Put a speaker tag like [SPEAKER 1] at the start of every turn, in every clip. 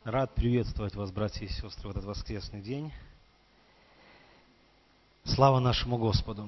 [SPEAKER 1] Рад приветствовать вас, братья и сестры, в этот воскресный день. Слава нашему Господу!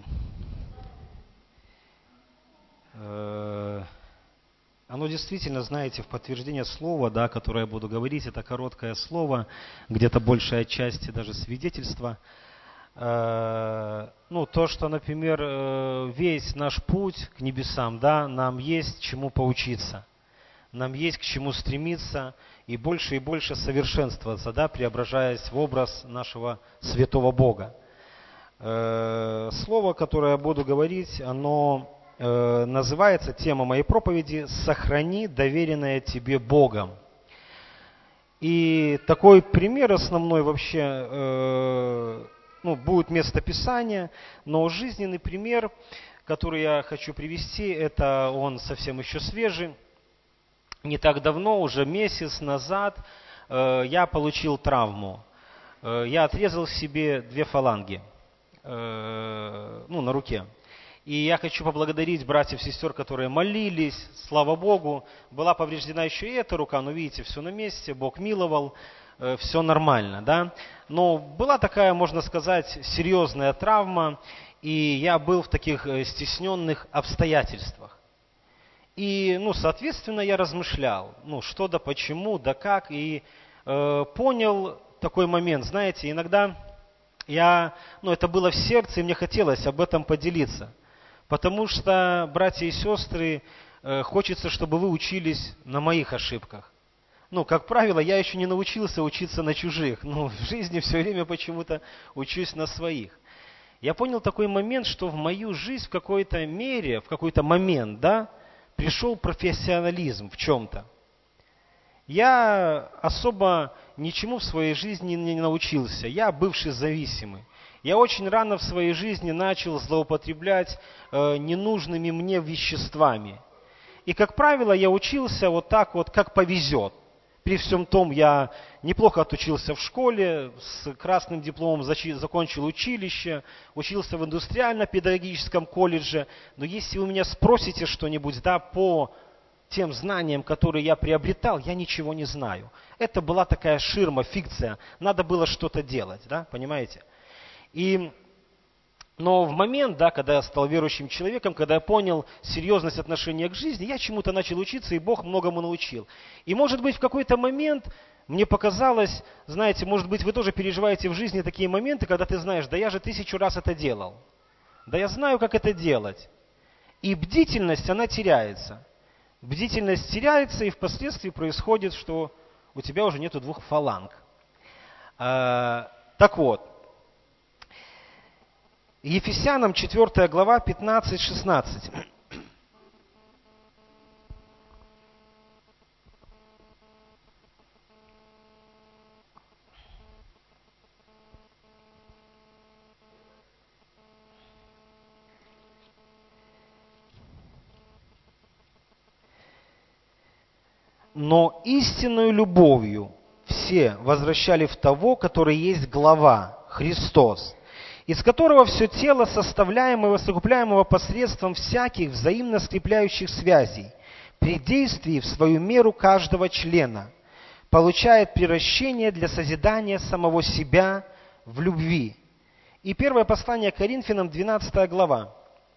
[SPEAKER 1] Оно действительно, знаете, в подтверждение слова, да, которое я буду говорить, это короткое слово, где-то большая часть даже свидетельства. То, что, например, весь наш путь к небесам, да, нам есть чему поучиться. Нам есть к чему стремиться и больше совершенствоваться, да, преображаясь в образ нашего святого Бога. Слово, которое я буду говорить, оно называется, тема моей проповеди «Сохрани доверенное тебе Богом». И такой пример основной вообще, будет местописание, но жизненный пример, который я хочу привести, это он совсем еще свежий. Не так давно, уже месяц назад, я получил травму. Я отрезал себе 2 фаланги на руке. И я хочу поблагодарить братьев и сестер, которые молились. Слава Богу, была повреждена еще и эта рука, но видите, все на месте, Бог миловал, все нормально, да. Но была такая, можно сказать, серьезная травма, и я был в таких стесненных обстоятельствах. И, соответственно, я размышлял, что да почему, да как, и понял такой момент, знаете, иногда это было в сердце, и мне хотелось об этом поделиться, потому что, братья и сестры, хочется, чтобы вы учились на моих ошибках. Как правило, я еще не научился учиться на чужих, но в жизни все время почему-то учусь на своих. Я понял такой момент, что в мою жизнь в какой-то мере, в какой-то момент, да, пришел профессионализм в чем-то. Я особо ничему в своей жизни не научился. Я бывший зависимый. Я очень рано в своей жизни начал злоупотреблять ненужными мне веществами. И, как правило, я учился вот так вот, как повезет. При всем том, я неплохо отучился в школе, с красным дипломом закончил училище, учился в индустриально-педагогическом колледже. Но если вы меня спросите что-нибудь, да, по тем знаниям, которые я приобретал, я ничего не знаю. Это была такая ширма, фикция. Надо было что-то делать, да, понимаете? Но в момент, да, когда я стал верующим человеком, когда я понял серьезность отношения к жизни, я чему-то начал учиться, и Бог многому научил. И, может быть, в какой-то момент мне показалось, знаете, может быть, вы тоже переживаете в жизни такие моменты, когда ты знаешь, да я же 1000 раз это делал. Да я знаю, как это делать. И бдительность, она теряется. Бдительность теряется, и впоследствии происходит, что у тебя уже нету 2 фаланг. Так вот. Ефесянам 4 глава 15-16. Но истинную любовью все возвращали в того, который есть глава, Христос, из которого все тело, составляемое и совокупляемое посредством всяких взаимно скрепляющих связей, при действии в свою меру каждого члена, получает приращение для созидания самого себя в любви. И первое послание Коринфянам, 12 глава.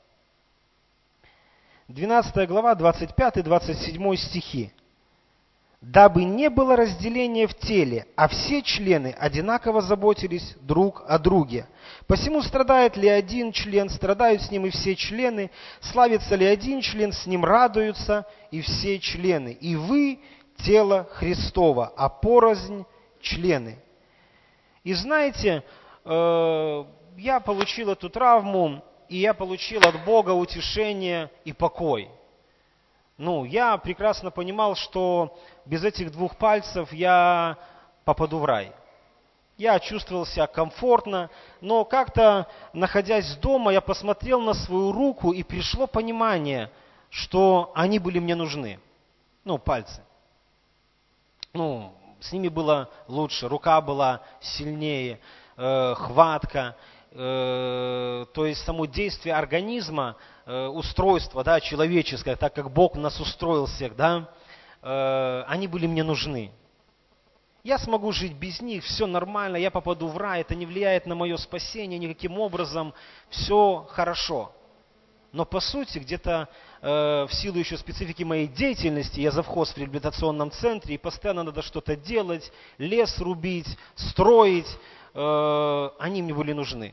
[SPEAKER 1] 12 глава, 25-27 стихи. «Дабы не было разделения в теле, а все члены одинаково заботились друг о друге. Посему страдает ли один член, страдают с ним и все члены, славится ли один член, с ним радуются и все члены. И вы – тело Христово, а порознь – члены». И знаете, я получил эту травму, и я получил от Бога утешение и покой. Я прекрасно понимал, что без этих 2 пальцев я попаду в рай. Я чувствовал себя комфортно, но как-то, находясь дома, я посмотрел на свою руку, и пришло понимание, что они были мне нужны. Пальцы. С ними было лучше, рука была сильнее, хватка. То есть само действие организма, устройство, да, человеческое, так как Бог нас устроил всех, да, они были мне нужны. Я смогу жить без них, все нормально, я попаду в рай, это не влияет на мое спасение никаким образом, все хорошо. Но по сути, где-то в силу еще специфики моей деятельности, я завхоз в реабилитационном центре, и постоянно надо что-то делать, лес рубить, строить, они мне были нужны.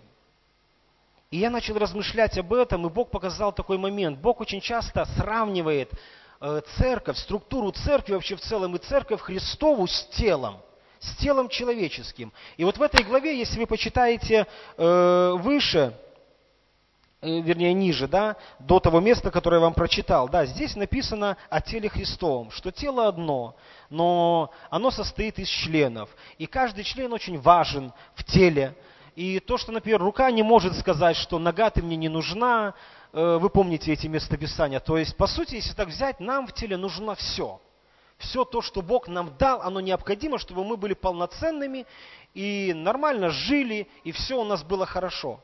[SPEAKER 1] И я начал размышлять об этом, и Бог показал такой момент. Бог очень часто сравнивает церковь, структуру церкви вообще в целом и церковь Христову с телом человеческим. И вот в этой главе, если вы почитаете выше, вернее ниже, да, до того места, которое я вам прочитал, да, здесь написано о теле Христовом, что тело одно, но оно состоит из членов. И каждый член очень важен в теле. И то, что, например, рука не может сказать, что нога ты мне не нужна, вы помните эти местописания. То есть, по сути, если так взять, нам в теле нужно все. Все то, что Бог нам дал, оно необходимо, чтобы мы были полноценными и нормально жили, и все у нас было хорошо.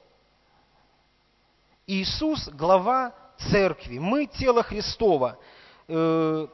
[SPEAKER 1] Иисус – глава церкви, мы – тело Христово. И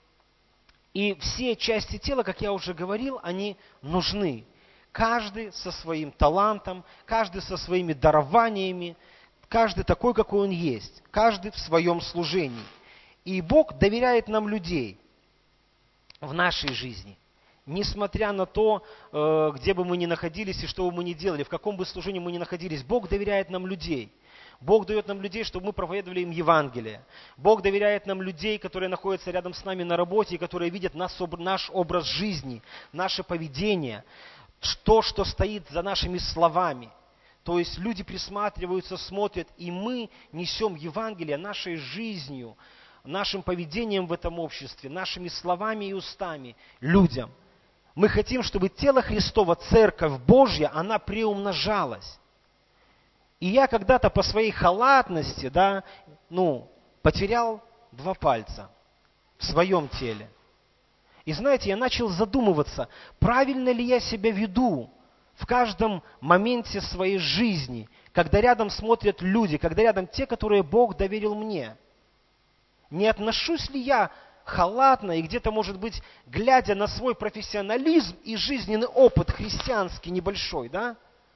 [SPEAKER 1] все части тела, как я уже говорил, они нужны. Каждый со своим талантом, каждый со своими дарованиями, каждый такой, какой он есть, каждый в своем служении. И Бог доверяет нам людей в нашей жизни. Несмотря на то, где бы мы ни находились и что бы мы ни делали, в каком бы служении мы ни находились, Бог доверяет нам людей. Бог дает нам людей, чтобы мы проповедовали им Евангелие. Бог доверяет нам людей, которые находятся рядом с нами на работе, и которые видят наш образ жизни, наше поведение, то, что стоит за нашими словами. То есть люди присматриваются, смотрят, и мы несем Евангелие нашей жизнью, нашим поведением в этом обществе, нашими словами и устами людям. Мы хотим, чтобы тело Христово, Церковь Божья, она приумножалась. И я когда-то по своей халатности, да, потерял 2 пальца в своем теле. И знаете, я начал задумываться, правильно ли я себя веду в каждом моменте своей жизни, когда рядом смотрят люди, когда рядом те, которые Бог доверил мне. Не отношусь ли я халатно и где-то, может быть, глядя на свой профессионализм и жизненный опыт христианский небольшой, да?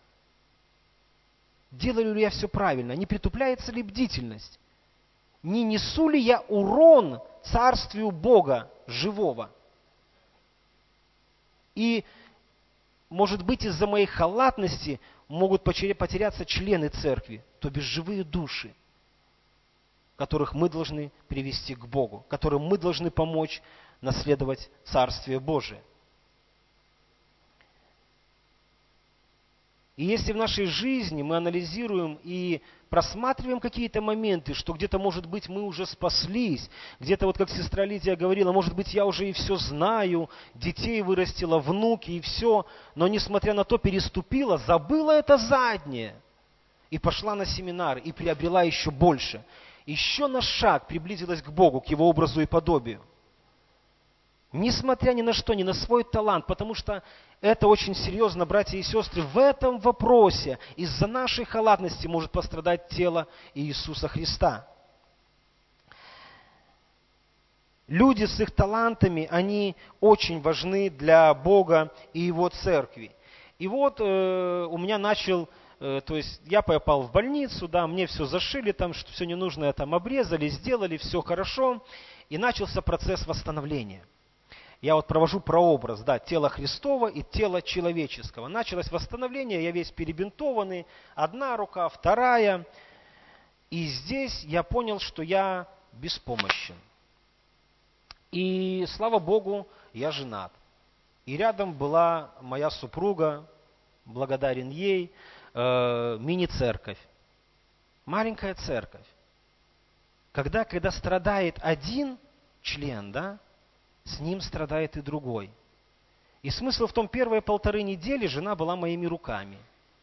[SPEAKER 1] Делаю ли я все правильно? Не притупляется ли бдительность? Не несу ли я урон царствию Бога живого? И, может быть, из-за моей халатности могут потеряться члены церкви, то бишь живые души, которых мы должны привести к Богу, которым мы должны помочь наследовать Царствие Божие. И если в нашей жизни мы анализируем и просматриваем какие-то моменты, что где-то, может быть, мы уже спаслись, где-то, вот как сестра Лидия говорила, может быть, я уже и все знаю, детей вырастила, внуки и все, но, несмотря на то, переступила, забыла это заднее и пошла на семинар и приобрела еще больше. Еще на шаг приблизилась к Богу, к Его образу и подобию. Несмотря ни на что, ни на свой талант, потому что это очень серьезно, братья и сестры, в этом вопросе из-за нашей халатности может пострадать тело Иисуса Христа. Люди с их талантами, они очень важны для Бога и Его церкви. И вот у меня то есть я попал в больницу, да, мне все зашили, там, что все ненужное там обрезали, сделали, все хорошо, и начался процесс восстановления. Я вот провожу прообраз, да, тела Христова и тела человеческого. Началось восстановление, я весь перебинтованный, одна рука, вторая. И здесь я понял, что я беспомощен. И, слава Богу, я женат. И рядом была моя супруга, благодарен ей, мини-церковь. Маленькая церковь. Когда страдает один член, да, с ним страдает и другой. И смысл в том, первые 1,5 недели жена была моими руками.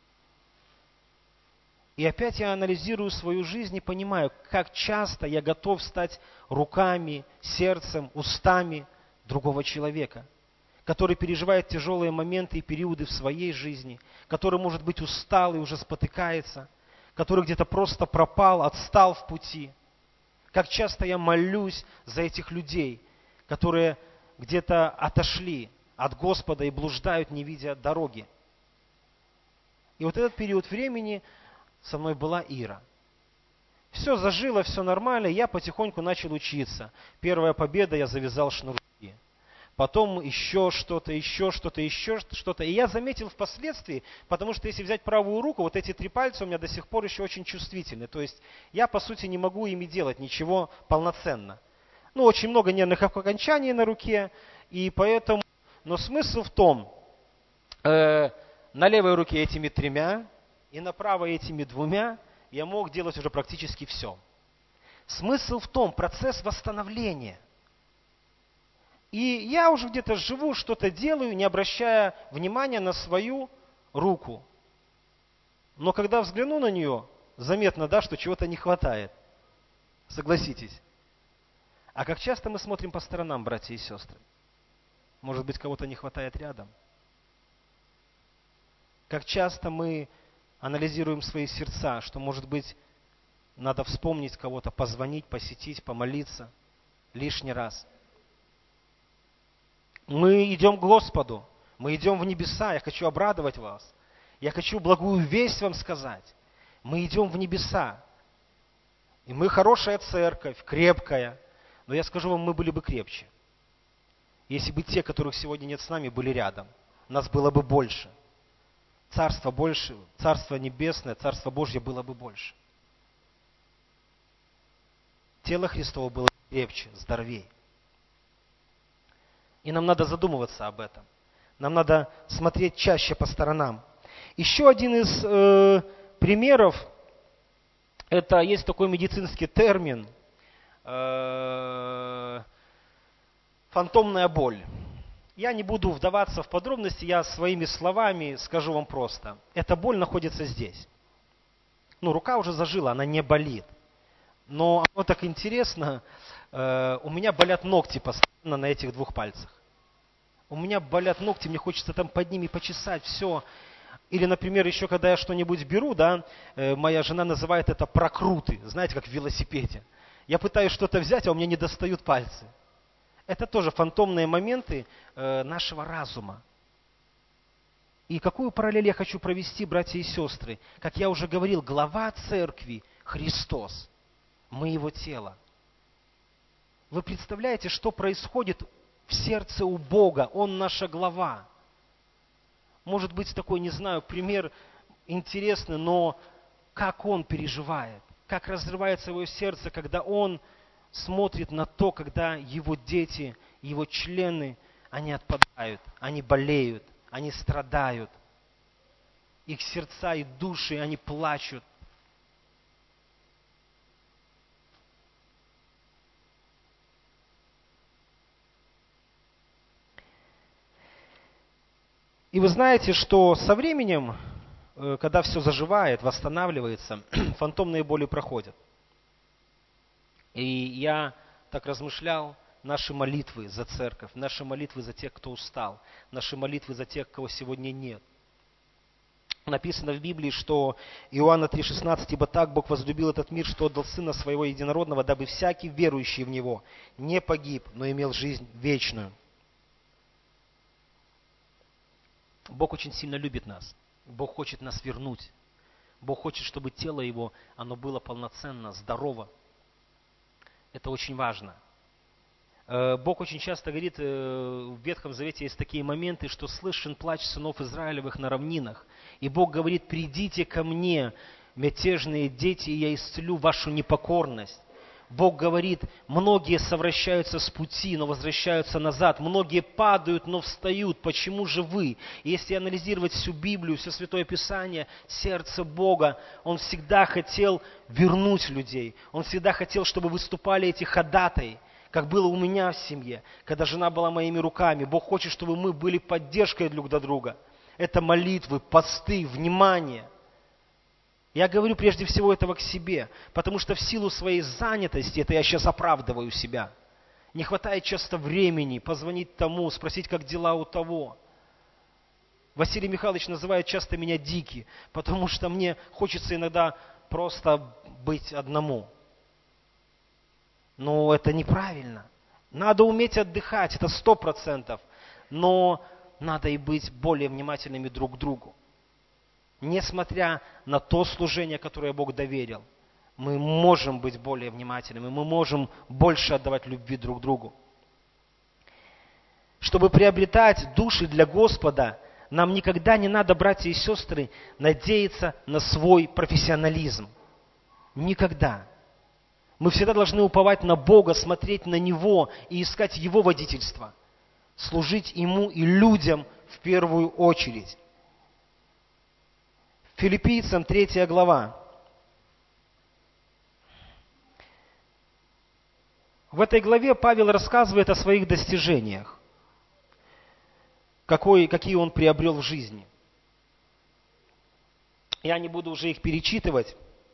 [SPEAKER 1] И опять я анализирую свою жизнь и понимаю, как часто я готов стать руками, сердцем, устами другого человека, который переживает тяжелые моменты и периоды в своей жизни, который, может быть, устал и уже спотыкается, который где-то просто пропал, отстал в пути. Как часто я молюсь за этих людей, которые где-то отошли от Господа и блуждают, не видя дороги. И вот этот период времени со мной была Ира. Все зажило, все нормально, я потихоньку начал учиться. Первая победа, я завязал шнурки. Потом еще что-то. И я заметил впоследствии, потому что если взять правую руку, вот эти 3 пальца у меня до сих пор еще очень чувствительны. То есть я, по сути, не могу ими делать ничего полноценно. Очень много нервных окончаний на руке, и поэтому... Но смысл в том, на левой руке этими 3, и на правой этими 2 я мог делать уже практически все. Смысл в том, процесс восстановления. И я уже где-то живу, что-то делаю, не обращая внимания на свою руку. Но когда взгляну на нее, заметно, да, что чего-то не хватает. Согласитесь. А как часто мы смотрим по сторонам, братья и сестры? Может быть, кого-то не хватает рядом? Как часто мы анализируем свои сердца, что, может быть, надо вспомнить кого-то, позвонить, посетить, помолиться лишний раз. Мы идем к Господу, мы идем в небеса. Я хочу обрадовать вас. Я хочу благую весть вам сказать. Мы идем в небеса. И мы хорошая церковь, крепкая. Но я скажу вам, мы были бы крепче. Если бы те, которых сегодня нет с нами, были рядом. Нас было бы больше. Царство больше, Царство Небесное, Царство Божье было бы больше. Тело Христово было крепче, здоровее. И нам надо задумываться об этом. Нам надо смотреть чаще по сторонам. Еще один из примеров, это есть такой медицинский термин, фантомная боль. Я не буду вдаваться в подробности, я своими словами скажу вам просто. Эта боль находится здесь. Рука уже зажила, она не болит. Но оно так интересно, у меня болят ногти постоянно на этих 2 пальцах. У меня болят ногти, мне хочется там под ними почесать, все. Или, например, еще когда я что-нибудь беру, да, моя жена называет это прокруты, знаете, как в велосипеде. Я пытаюсь что-то взять, а у меня не достают пальцы. Это тоже фантомные моменты нашего разума. И какую параллель я хочу провести, братья и сестры? Как я уже говорил, глава церкви – Христос. Мы Его тело. Вы представляете, что происходит в сердце у Бога? Он наша глава. Может быть, такой, не знаю, пример интересный, но как Он переживает, как разрывается Его сердце, когда Он смотрит на то, когда Его дети, Его члены, они отпадают, они болеют, они страдают. Их сердца и души, они плачут. И вы знаете, что со временем, когда все заживает, восстанавливается, фантомные боли проходят. И я так размышлял, наши молитвы за церковь, наши молитвы за тех, кто устал, наши молитвы за тех, кого сегодня нет. Написано в Библии, что Иоанна 3,16, «Ибо так Бог возлюбил этот мир, что отдал Сына Своего Единородного, дабы всякий верующий в Него не погиб, но имел жизнь вечную». Бог очень сильно любит нас. Бог хочет нас вернуть. Бог хочет, чтобы тело Его, оно было полноценно, здорово. Это очень важно. Бог очень часто говорит, в Ветхом Завете есть такие моменты, что слышен плач сынов Израилевых на равнинах. И Бог говорит: «Придите ко мне, мятежные дети, и я исцелю вашу непокорность». Бог говорит: многие совращаются с пути, но возвращаются назад. Многие падают, но встают. Почему же вы? И если анализировать всю Библию, все Святое Писание, сердце Бога, Он всегда хотел вернуть людей. Он всегда хотел, чтобы выступали эти ходатаи, как было у меня в семье, когда жена была моими руками. Бог хочет, чтобы мы были поддержкой друг для друга. Это молитвы, посты, внимание. Я говорю прежде всего этого к себе, потому что в силу своей занятости, это я сейчас оправдываю себя, не хватает часто времени позвонить тому, спросить, как дела у того. Василий Михайлович называет часто меня дикий, потому что мне хочется иногда просто быть одному. Но это неправильно. Надо уметь отдыхать, это 100%. но надо и быть более внимательными друг к другу. Несмотря на то служение, которое Бог доверил, мы можем быть более внимательными, мы можем больше отдавать любви друг другу. Чтобы приобретать души для Господа, нам никогда не надо, братья и сестры, надеяться на свой профессионализм. Никогда. Мы всегда должны уповать на Бога, смотреть на Него и искать Его водительство. Служить Ему и людям в первую очередь. Филиппийцам 3 глава. В этой главе Павел рассказывает о своих достижениях, какие он приобрел в жизни. Я не буду уже их перечитывать.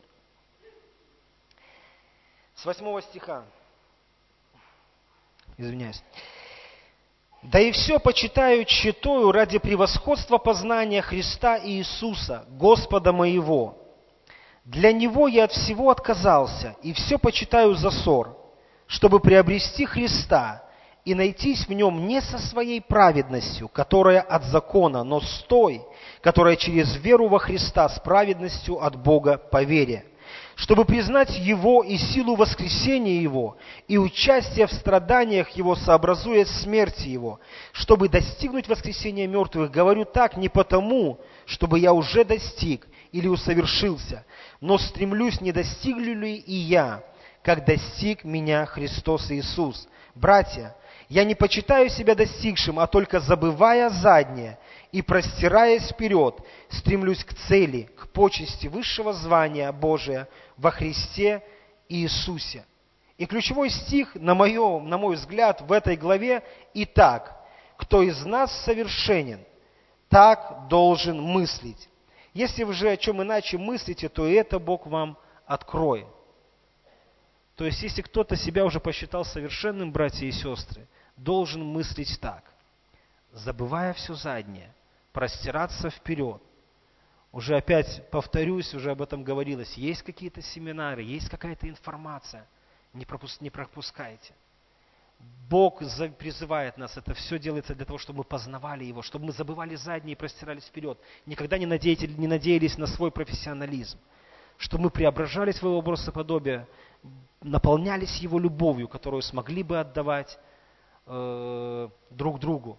[SPEAKER 1] С 8 стиха. Извиняюсь. «Да и все почитаю тщетою ради превосходства познания Христа и Иисуса, Господа моего. Для Него я от всего отказался, и все почитаю за ссор, чтобы приобрести Христа и найтись в Нем не со своей праведностью, которая от закона, но с той, которая через веру во Христа с праведностью от Бога по вере, чтобы признать Его и силу воскресения Его, и участие в страданиях Его, сообразуя смерти Его, чтобы достигнуть воскресения мертвых. Говорю так не потому, чтобы я уже достиг или усовершился, но стремлюсь, не достиглю ли и я, как достиг меня Христос Иисус. Братья, я не почитаю себя достигшим, а только забывая заднее и простираясь вперед, стремлюсь к цели, к почести высшего звания Божия во Христе Иисусе. И ключевой стих, на мой взгляд, в этой главе: «Итак, кто из нас совершенен, так должен мыслить». Если вы же о чем иначе мыслите, то и это Бог вам откроет. То есть, если кто-то себя уже посчитал совершенным, братья и сестры, должен мыслить так: забывая все заднее, простираться вперед. Уже опять повторюсь, уже об этом говорилось, есть какие-то семинары, есть какая-то информация, не пропускайте. Бог призывает нас, это все делается для того, чтобы мы познавали Его, чтобы мы забывали заднее и простирались вперед. Никогда не надеялись на свой профессионализм, чтобы мы преображались в Его образ и подобие, наполнялись Его любовью, которую смогли бы отдавать друг другу.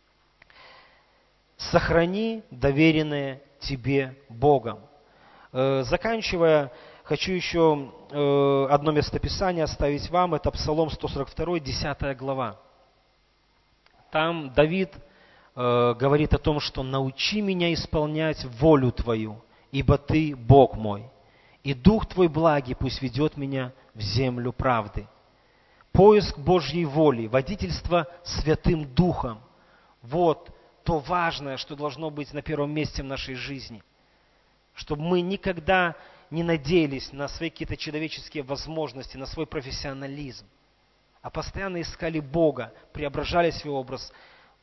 [SPEAKER 1] Сохрани доверенное тебе Богом. Заканчивая, хочу еще одно местописание оставить вам. Это Псалом 142, 10 глава. Там Давид говорит о том, что «научи меня исполнять волю Твою, ибо Ты Бог мой, и Дух Твой благий пусть ведет меня в землю правды». Поиск Божьей воли, водительство Святым Духом – вот то важное, что должно быть на первом месте в нашей жизни. Чтобы мы никогда не надеялись на свои какие-то человеческие возможности, на свой профессионализм, а постоянно искали Бога, преображали свой образ.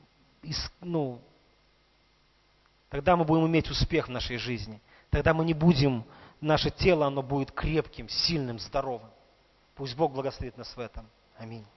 [SPEAKER 1] Тогда мы будем иметь успех в нашей жизни. Тогда мы не будем, наше тело, оно будет крепким, сильным, здоровым. Пусть Бог благословит нас в этом. Аминь.